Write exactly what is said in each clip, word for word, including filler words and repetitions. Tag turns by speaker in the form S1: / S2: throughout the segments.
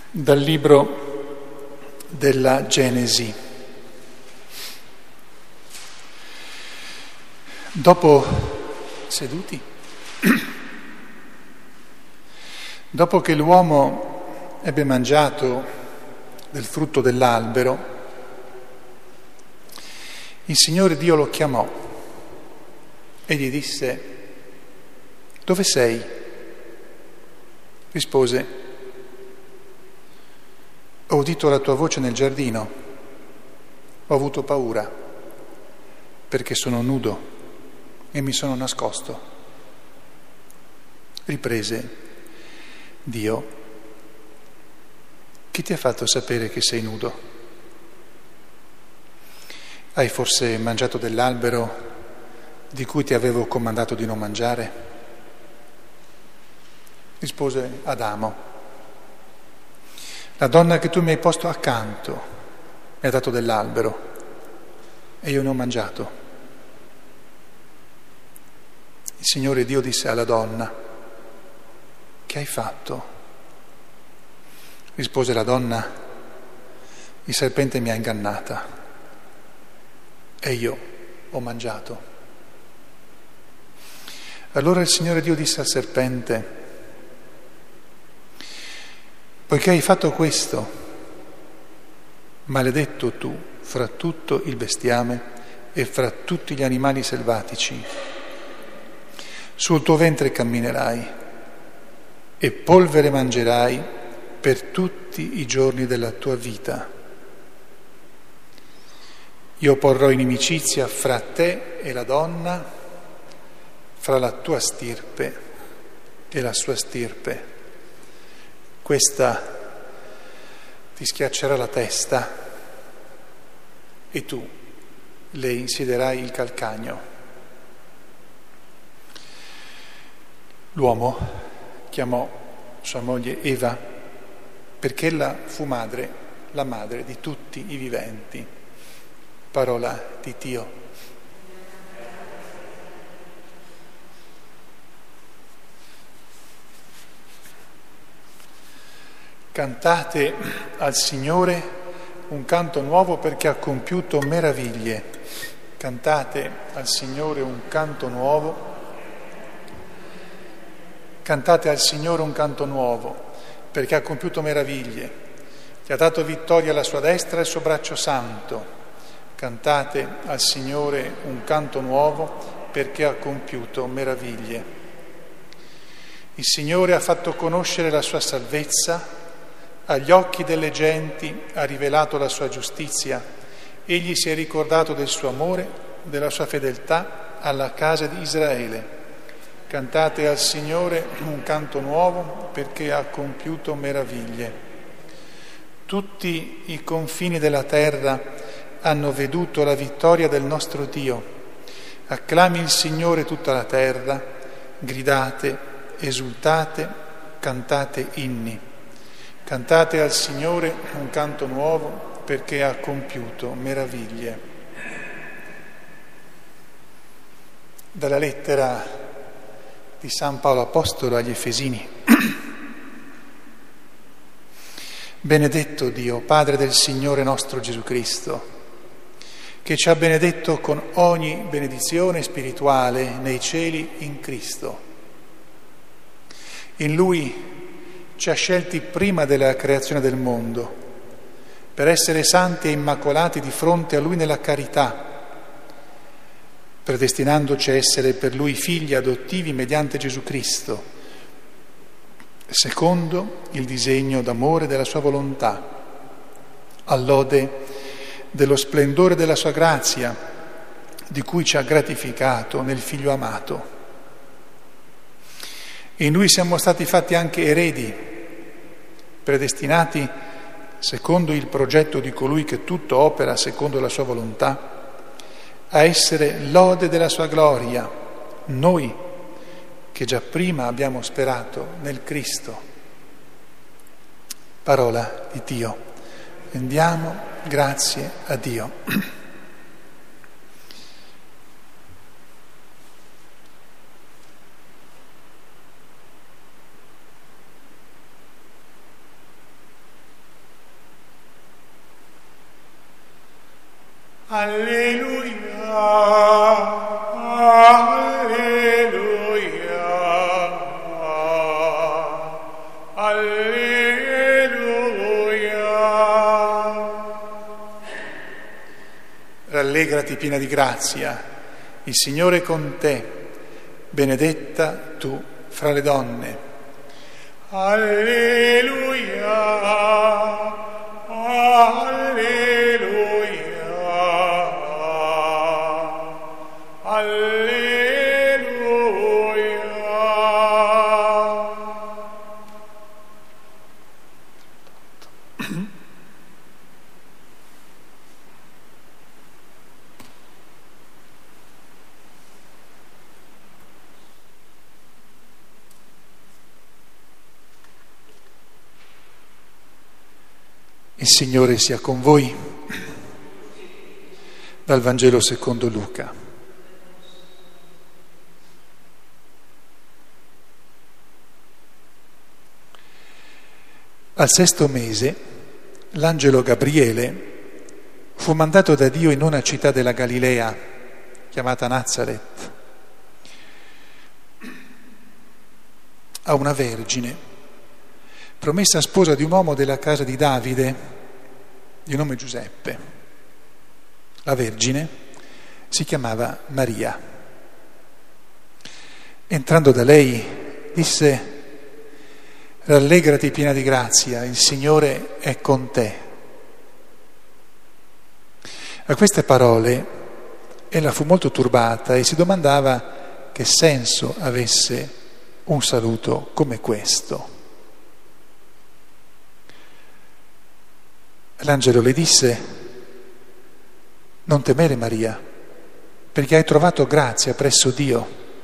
S1: Dal libro della Genesi. Dopo, seduti? Dopo che l'uomo ebbe mangiato del frutto dell'albero, il Signore Dio lo chiamò e gli disse: dove sei? Rispose: ho udito la tua voce nel giardino, ho avuto paura perché sono nudo e mi sono nascosto. Riprese Dio: chi ti ha fatto sapere che sei nudo? Hai forse mangiato dell'albero di cui ti avevo comandato di non mangiare? Rispose Adamo: la donna che tu mi hai posto accanto mi ha dato dell'albero e io ne ho mangiato. Il Signore Dio disse alla donna: che hai fatto? Rispose la donna: il serpente mi ha ingannata e io ho mangiato. Allora il Signore Dio disse al serpente: poiché hai fatto questo, maledetto tu fra tutto il bestiame e fra tutti gli animali selvatici. Sul tuo ventre camminerai e polvere mangerai per tutti i giorni della tua vita. Io porrò inimicizia fra te e la donna, fra la tua stirpe e la sua stirpe. Questa ti schiaccerà la testa e tu le insiederai il calcagno. L'uomo chiamò sua moglie Eva perché ella fu madre, la madre di tutti i viventi. Parola di Dio. Cantate al Signore un canto nuovo perché ha compiuto meraviglie. Cantate al Signore un canto nuovo. Cantate al Signore un canto nuovo perché ha compiuto meraviglie. Gli ha dato vittoria alla sua destra e il suo braccio santo. Cantate al Signore un canto nuovo perché ha compiuto meraviglie. Il Signore ha fatto conoscere la sua salvezza. Agli occhi delle genti ha rivelato la sua giustizia. Egli si è ricordato del suo amore, della sua fedeltà alla casa di Israele. Cantate al Signore un canto nuovo perché ha compiuto meraviglie. Tutti i confini della terra hanno veduto la vittoria del nostro Dio. Acclami il Signore tutta la terra, gridate, esultate, cantate inni. Cantate al Signore un canto nuovo perché ha compiuto meraviglie. Dalla lettera di San Paolo Apostolo agli Efesini. Benedetto Dio, Padre del Signore nostro Gesù Cristo, che ci ha benedetto con ogni benedizione spirituale nei cieli in Cristo. In Lui ci ha scelti prima della creazione del mondo per essere santi e immacolati di fronte a Lui nella carità, predestinandoci a essere per Lui figli adottivi mediante Gesù Cristo, secondo il disegno d'amore della Sua volontà, all'ode dello splendore della Sua grazia, di cui ci ha gratificato nel Figlio amato. In Lui siamo stati fatti anche eredi, predestinati secondo il progetto di colui che tutto opera secondo la sua volontà, a essere lode della sua gloria, noi che già prima abbiamo sperato nel Cristo. Parola di Dio. Rendiamo grazie a Dio. Alleluia, alleluia, alleluia. Rallegrati piena di grazia, il Signore è con te, benedetta tu fra le donne. Alleluia, alleluia, alleluia. Il Signore sia con voi. Dal Vangelo secondo Luca. Al sesto mese, l'angelo Gabriele fu mandato da Dio in una città della Galilea, chiamata Nazaret, a una vergine, promessa sposa di un uomo della casa di Davide, di nome Giuseppe. La Vergine si chiamava Maria. Entrando da lei, disse: rallegrati piena di grazia, il Signore è con te. A queste parole ella fu molto turbata e si domandava che senso avesse un saluto come questo. L'angelo le disse: non temere Maria, perché hai trovato grazia presso Dio.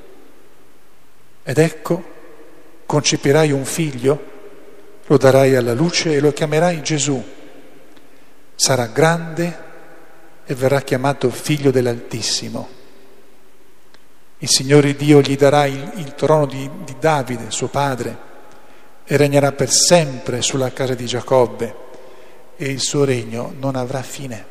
S1: Ed ecco, concepirai un figlio, lo darai alla luce e lo chiamerai Gesù. Sarà grande e verrà chiamato figlio dell'Altissimo. Il Signore Dio gli darà il, il trono di, di Davide, suo padre, e regnerà per sempre sulla casa di Giacobbe, e il suo regno non avrà fine.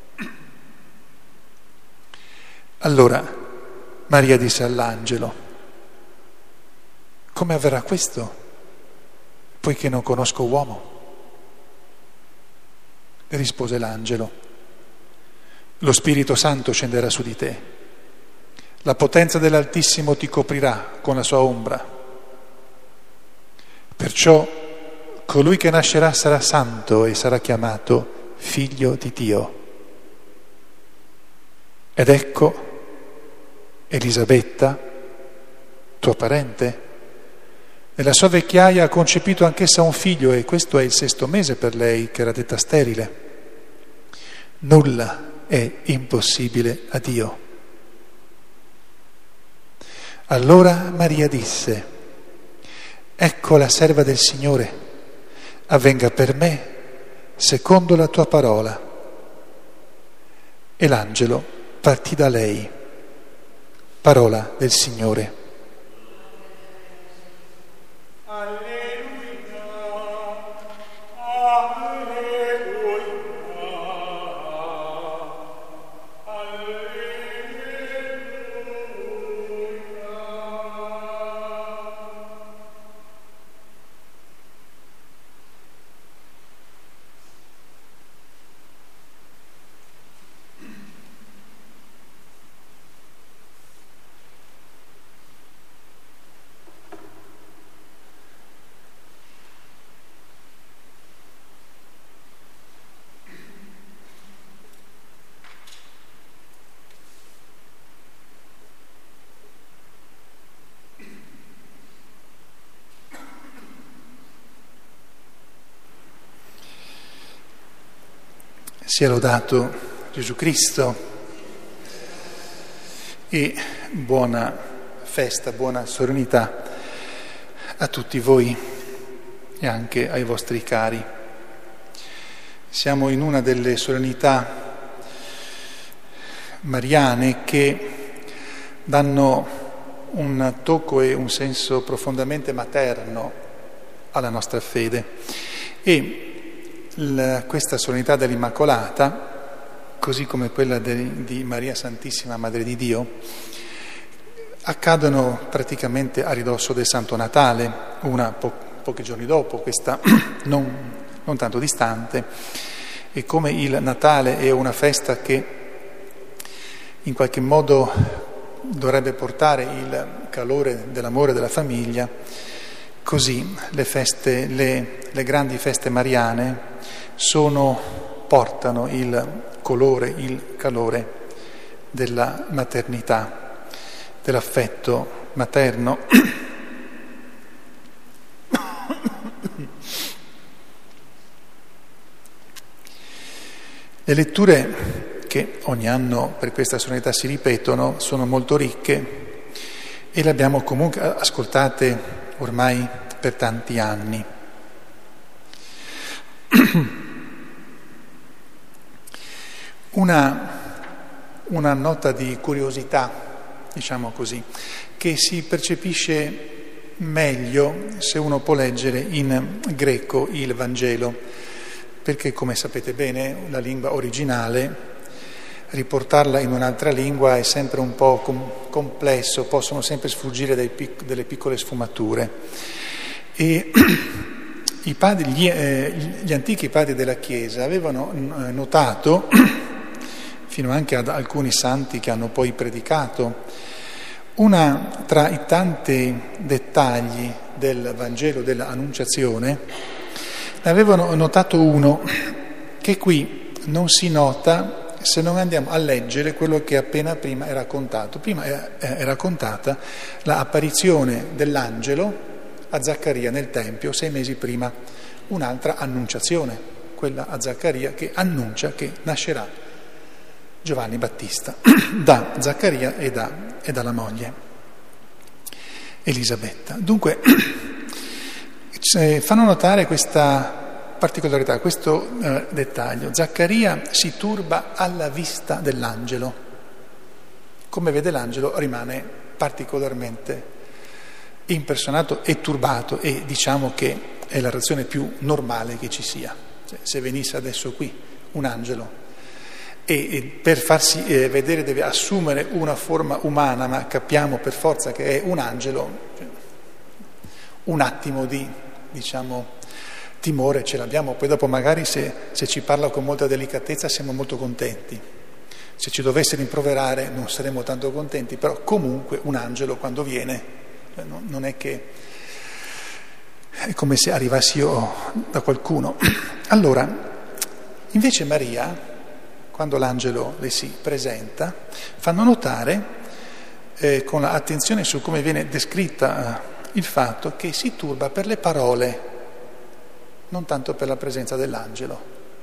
S1: Allora Maria disse all'angelo: come avverrà questo, poiché non conosco uomo? E rispose l'angelo: lo Spirito Santo scenderà su di te, la potenza dell'Altissimo ti coprirà con la sua ombra. Perciò colui che nascerà sarà santo e sarà chiamato figlio di Dio. Ed ecco, Elisabetta, tua parente, nella sua vecchiaia ha concepito anch'essa un figlio, e questo è il sesto mese per lei, che era detta sterile. Nulla è impossibile a Dio. Allora Maria disse: ecco la serva del Signore, avvenga per me secondo la tua parola. E l'angelo partì da lei. Parola del Signore. Alleluia, alleluia, alleluia. Sia lodato Gesù Cristo e buona festa, buona serenità a tutti voi e anche ai vostri cari. Siamo in una delle solennità mariane che danno un tocco e un senso profondamente materno alla nostra fede, e la, questa solennità dell'Immacolata così come quella de, di Maria Santissima, Madre di Dio, accadono praticamente a ridosso del Santo Natale, una po- pochi giorni dopo, questa non, non tanto distante, e come il Natale è una festa che in qualche modo dovrebbe portare il calore dell'amore della famiglia, così le feste, le, le grandi feste mariane sono, portano il colore, il calore della maternità, dell'affetto materno. Le letture che ogni anno per questa solennità si ripetono sono molto ricche e le abbiamo comunque ascoltate ormai per tanti anni. Una, una nota di curiosità, diciamo così, che si percepisce meglio se uno può leggere in greco il Vangelo, perché come sapete bene la lingua originale, riportarla in un'altra lingua è sempre un po' com- complesso, possono sempre sfuggire dai pic- delle piccole sfumature. E i padri, gli, eh, gli antichi padri della Chiesa avevano eh, notato, fino anche ad alcuni santi che hanno poi predicato, una tra i tanti dettagli del Vangelo dell'Annunciazione, ne avevano notato uno che qui non si nota se non andiamo a leggere quello che appena prima è raccontato. Prima è raccontata l'apparizione dell'angelo a Zaccaria nel Tempio sei mesi prima, un'altra annunciazione, quella a Zaccaria che annuncia che nascerà Giovanni Battista da Zaccaria e, da, e dalla moglie Elisabetta. Dunque fanno notare questa particolarità, questo eh, dettaglio. Zaccaria si turba alla vista dell'angelo. Come vede l'angelo rimane particolarmente impersonato e turbato, e diciamo che è la reazione più normale che ci sia. Cioè, se venisse adesso qui un angelo e, e per farsi eh, vedere deve assumere una forma umana, ma capiamo per forza che è un angelo, cioè, un attimo di, diciamo, timore ce l'abbiamo, poi dopo magari se, se ci parla con molta delicatezza siamo molto contenti, se ci dovesse rimproverare non saremo tanto contenti, però comunque un angelo quando viene non è che è come se arrivassi io da qualcuno. Allora, invece Maria, quando l'angelo le si presenta, fanno notare eh, con attenzione su come viene descritta eh, il fatto che si turba per le parole, non tanto per la presenza dell'angelo.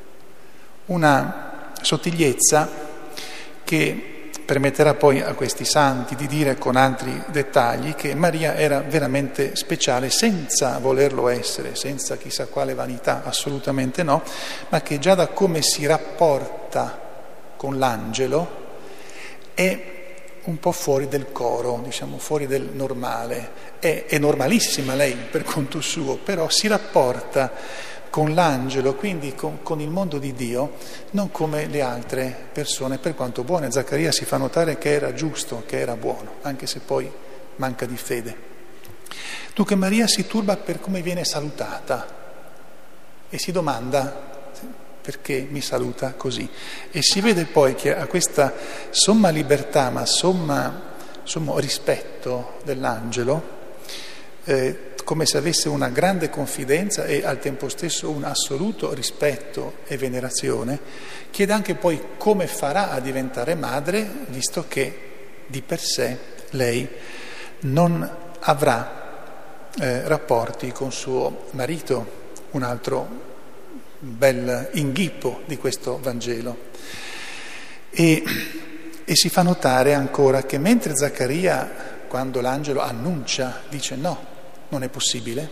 S1: Una sottigliezza che permetterà poi a questi santi di dire con altri dettagli che Maria era veramente speciale, senza volerlo essere, senza chissà quale vanità, assolutamente no, ma che già da come si rapporta con l'angelo è un po' fuori del coro, diciamo fuori del normale. È, è normalissima lei per conto suo, però si rapporta con l'angelo, quindi con, con il mondo di Dio, non come le altre persone, per quanto buone. Zaccaria si fa notare che era giusto, che era buono, anche se poi manca di fede. Dunque Maria si turba per come viene salutata e si domanda perché mi saluta così. E si vede poi che a questa somma libertà, ma somma, sommo rispetto dell'angelo, eh, come se avesse una grande confidenza e al tempo stesso un assoluto rispetto e venerazione, chiede anche poi come farà a diventare madre, visto che di per sé lei non avrà eh, rapporti con suo marito, un altro bel inghippo di questo Vangelo. E, e si fa notare ancora che mentre Zaccaria, quando l'angelo annuncia, dice no, non è possibile,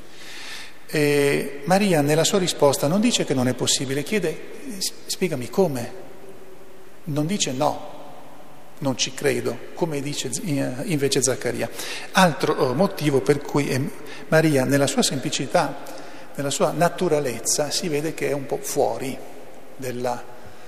S1: e Maria nella sua risposta non dice che non è possibile, chiede spiegami come, non dice no, non ci credo, come dice invece Zaccaria. Altro motivo per cui Maria nella sua semplicità, nella sua naturalezza si vede che è un po' fuori della,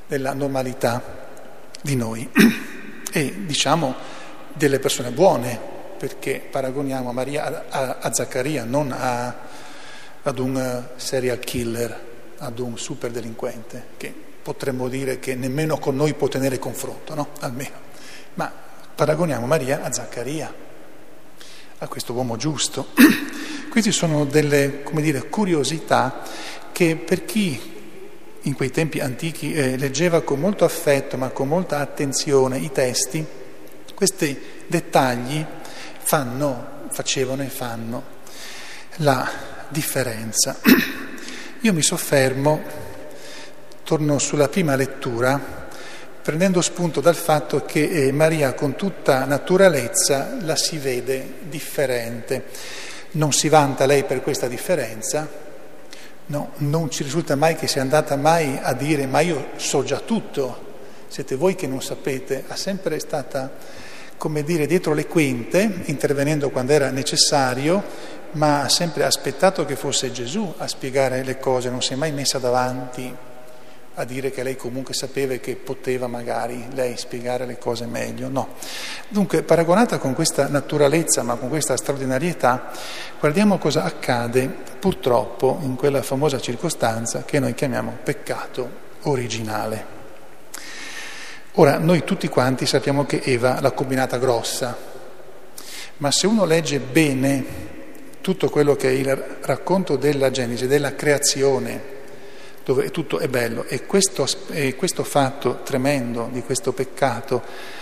S1: della normalità di noi e diciamo delle persone buone, perché paragoniamo Maria a, a, a Zaccaria, non a, ad un serial killer, ad un super delinquente, che potremmo dire che nemmeno con noi può tenere confronto, no? Almeno. Ma paragoniamo Maria a Zaccaria, a questo uomo giusto. Queste sono delle, come dire, curiosità che per chi in quei tempi antichi eh, leggeva con molto affetto, ma con molta attenzione i testi, questi dettagli fanno, facevano e fanno la differenza. Io mi soffermo, torno sulla prima lettura, prendendo spunto dal fatto che eh, Maria con tutta naturalezza la si vede differente. Non si vanta lei per questa differenza, no, non ci risulta mai che sia andata mai a dire ma io so già tutto, siete voi che non sapete, ha sempre stata, come dire, dietro le quinte, intervenendo quando era necessario, ma ha sempre aspettato che fosse Gesù a spiegare le cose, non si è mai messa davanti a dire che lei comunque sapeva e che poteva magari lei spiegare le cose meglio, no. Dunque, paragonata con questa naturalezza, ma con questa straordinarietà, guardiamo cosa accade purtroppo in quella famosa circostanza che noi chiamiamo peccato originale. Ora, noi tutti quanti sappiamo che Eva l'ha combinata grossa, ma se uno legge bene tutto quello che è il racconto della Genesi, della creazione, dove tutto è bello, e questo, e questo fatto tremendo di questo peccato,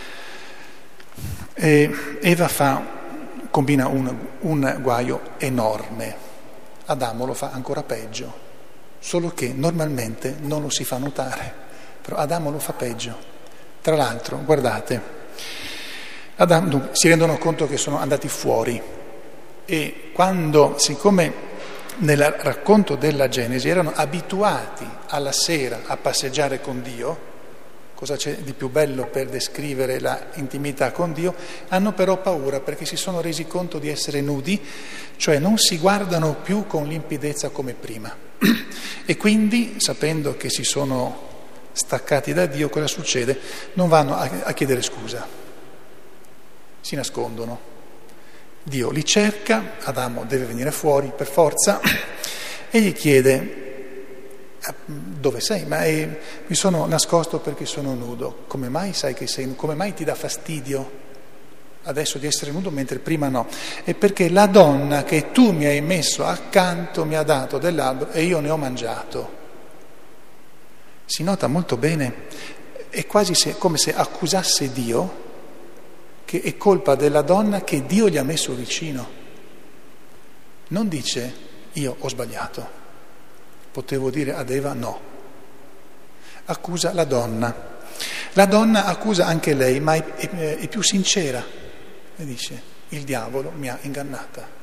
S1: eh, Eva fa, combina un, un guaio enorme, Adamo lo fa ancora peggio, solo che normalmente non lo si fa notare, però Adamo lo fa peggio. Tra l'altro, guardate, Adamo, si rendono conto che sono andati fuori e quando, siccome nel racconto della Genesi erano abituati alla sera a passeggiare con Dio, cosa c'è di più bello per descrivere la intimità con Dio, hanno però paura perché si sono resi conto di essere nudi, cioè non si guardano più con limpidezza come prima e quindi, sapendo che si sono staccati da Dio, cosa succede? Non vanno a, a chiedere scusa, si nascondono. Dio li cerca, Adamo deve venire fuori per forza e gli chiede: dove sei? Ma è, mi sono nascosto perché sono nudo. Come mai sai che sei? Come mai ti dà fastidio adesso di essere nudo mentre prima no? È perché la donna che tu mi hai messo accanto mi ha dato dell'albero e io ne ho mangiato. Si nota molto bene, è quasi se, come se accusasse Dio che è colpa della donna che Dio gli ha messo vicino. Non dice io ho sbagliato, potevo dire ad Eva no. Accusa la donna. La donna accusa anche lei, ma è, è, è più sincera e dice: il diavolo mi ha ingannata.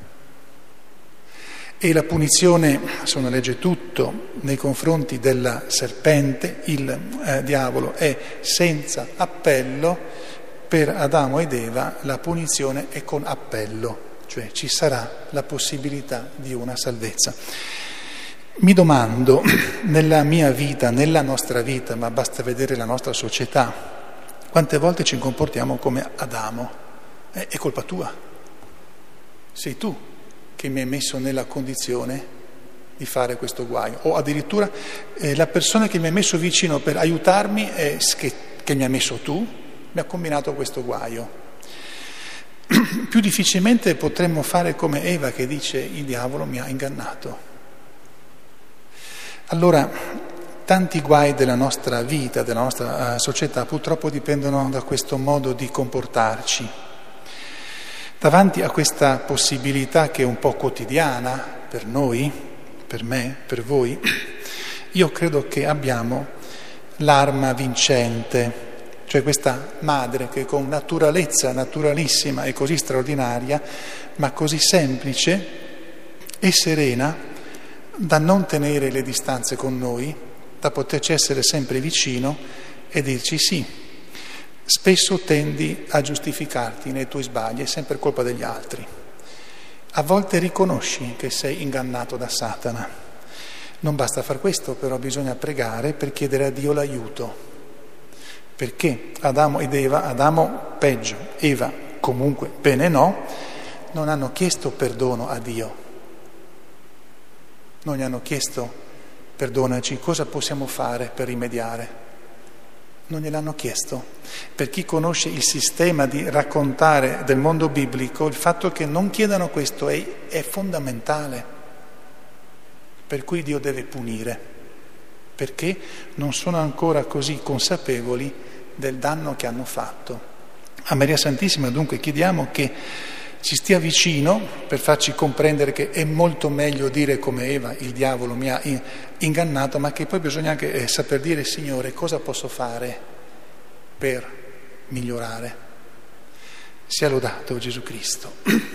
S1: E la punizione, se uno legge tutto, nei confronti della serpente, il eh, diavolo è senza appello. Per Adamo ed Eva la punizione è con appello, cioè ci sarà la possibilità di una salvezza. Mi domando, nella mia vita, nella nostra vita, ma basta vedere la nostra società, quante volte ci comportiamo come Adamo? Eh, è colpa tua. Sei tu che mi hai messo nella condizione di fare questo guaio. O addirittura eh, la persona che mi ha messo vicino per aiutarmi, eh, che, che mi ha messo tu, mi ha combinato questo guaio. Più difficilmente potremmo fare come Eva che dice: il diavolo mi ha ingannato. Allora, tanti guai della nostra vita, della nostra uh, società, purtroppo dipendono da questo modo di comportarci. Davanti a questa possibilità che è un po' quotidiana per noi, per me, per voi, io credo che abbiamo l'arma vincente, cioè questa madre che con naturalezza naturalissima e così straordinaria, ma così semplice e serena, da non tenere le distanze con noi, da poterci essere sempre vicino e dirci sì. Spesso tendi a giustificarti nei tuoi sbagli, è sempre colpa degli altri. A volte riconosci che sei ingannato da Satana. Non basta far questo, però bisogna pregare per chiedere a Dio l'aiuto. Perché Adamo ed Eva, Adamo peggio, Eva comunque bene no, non hanno chiesto perdono a Dio. Non gli hanno chiesto perdonaci, cosa possiamo fare per rimediare? Non gliel'hanno chiesto. Per chi conosce il sistema di raccontare del mondo biblico, il fatto che non chiedano questo è, è fondamentale. Per cui Dio deve punire, perché non sono ancora così consapevoli del danno che hanno fatto. A Maria Santissima dunque chiediamo che ci stia vicino per farci comprendere che è molto meglio dire come Eva, il diavolo mi ha ingannato, ma che poi bisogna anche saper dire, Signore, cosa posso fare per migliorare. Sia lodato Gesù Cristo.